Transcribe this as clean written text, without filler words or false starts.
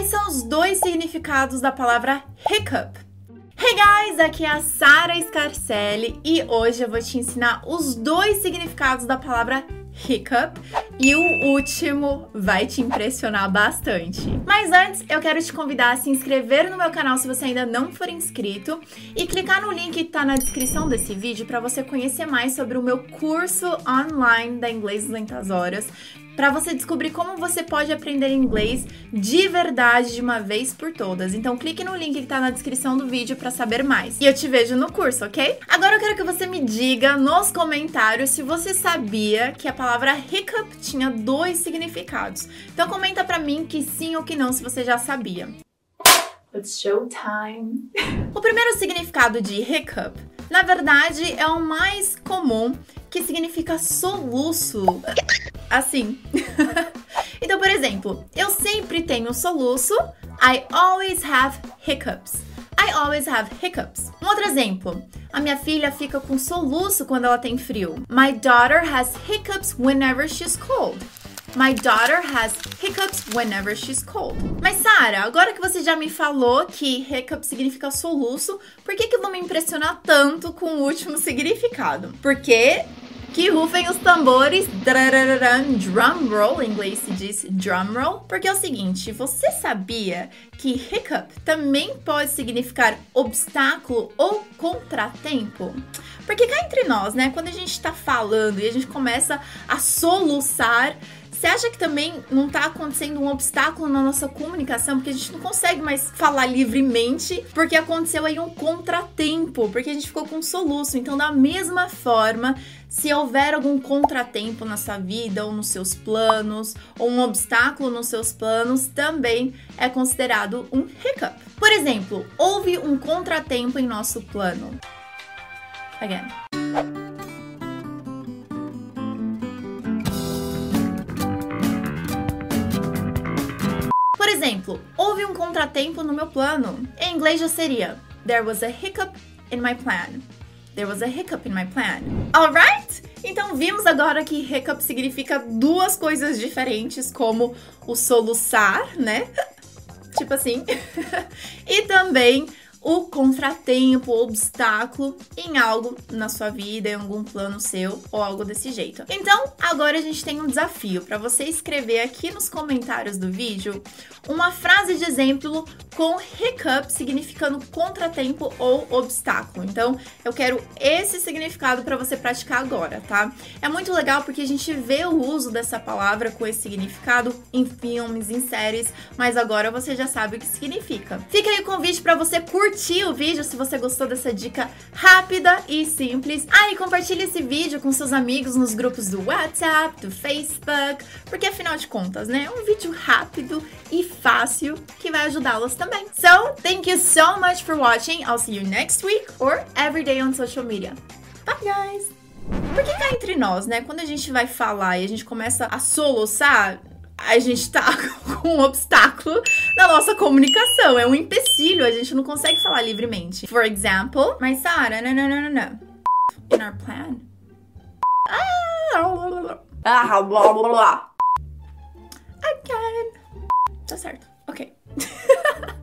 Quais são os dois significados da palavra hiccup? Hey guys, aqui é a Sara Scarcelli e hoje eu vou te ensinar os dois significados da palavra hiccup e o último vai te impressionar bastante. Mas antes, eu quero te convidar a se inscrever no meu canal se você ainda não for inscrito e clicar no link que tá na descrição desse vídeo para você conhecer mais sobre o meu curso online da Inglês 200 Horas, para você descobrir como você pode aprender inglês de verdade de uma vez por todas. Então clique no link que tá na descrição do vídeo para saber mais. E eu te vejo no curso, ok? Agora eu quero que você me diga nos comentários se você sabia que a palavra hiccup tinha dois significados. Então comenta pra mim que sim ou que não, se você já sabia. It's showtime! O primeiro significado de hiccup, na verdade, é o mais comum, que significa soluço. Assim. Então, por exemplo, eu sempre tenho soluço. I always have hiccups. I always have hiccups. Um outro exemplo. A minha filha fica com soluço quando ela tem frio. My daughter has hiccups whenever she's cold. My daughter has hiccups whenever she's cold. Mas, Sara, agora que você já me falou que hiccup significa soluço, por que eu vou me impressionar tanto com o último significado? Porque... que rufem os tambores, drum roll, em inglês se diz drum roll, porque é o seguinte, você sabia que hiccup também pode significar obstáculo ou contratempo? Porque cá entre nós, né, quando a gente tá falando e a gente começa a soluçar, você acha que também não tá acontecendo um obstáculo na nossa comunicação? Porque a gente não consegue mais falar livremente, porque aconteceu aí um contratempo, porque a gente ficou com um soluço. Então, da mesma forma, se houver algum contratempo na sua vida, ou nos seus planos, ou um obstáculo nos seus planos, também é considerado um hiccup. Por exemplo, houve um contratempo em nosso plano. Again. Por exemplo, houve um contratempo no meu plano. Em inglês já seria There was a hiccup in my plan. There was a hiccup in my plan. Alright? Então vimos agora que hiccup significa duas coisas diferentes, como o soluçar, né? Tipo assim. E também o contratempo, o obstáculo em algo na sua vida, em algum plano seu ou algo desse jeito. Então, agora a gente tem um desafio para você escrever aqui nos comentários do vídeo uma frase de exemplo com hiccup significando contratempo ou obstáculo. Então, eu quero esse significado para você praticar agora, tá? É muito legal porque a gente vê o uso dessa palavra com esse significado em filmes, em séries, mas agora você já sabe o que significa. Fica aí o convite para você curtir o vídeo se você gostou dessa dica rápida e simples. E compartilhe esse vídeo com seus amigos nos grupos do WhatsApp, do Facebook, porque afinal de contas, né, é um vídeo rápido e fácil que vai ajudá-los também. So, thank you so much for watching. I'll see you next week or every day on social media. Bye, guys! Porque cá entre nós, né, quando a gente vai falar e a gente começa a soluçar, a gente tá com um obstáculo na nossa comunicação. É um empecilho, a gente não consegue falar livremente. For example, mas Sara, no. In our plan. Again. Tá certo. Ok.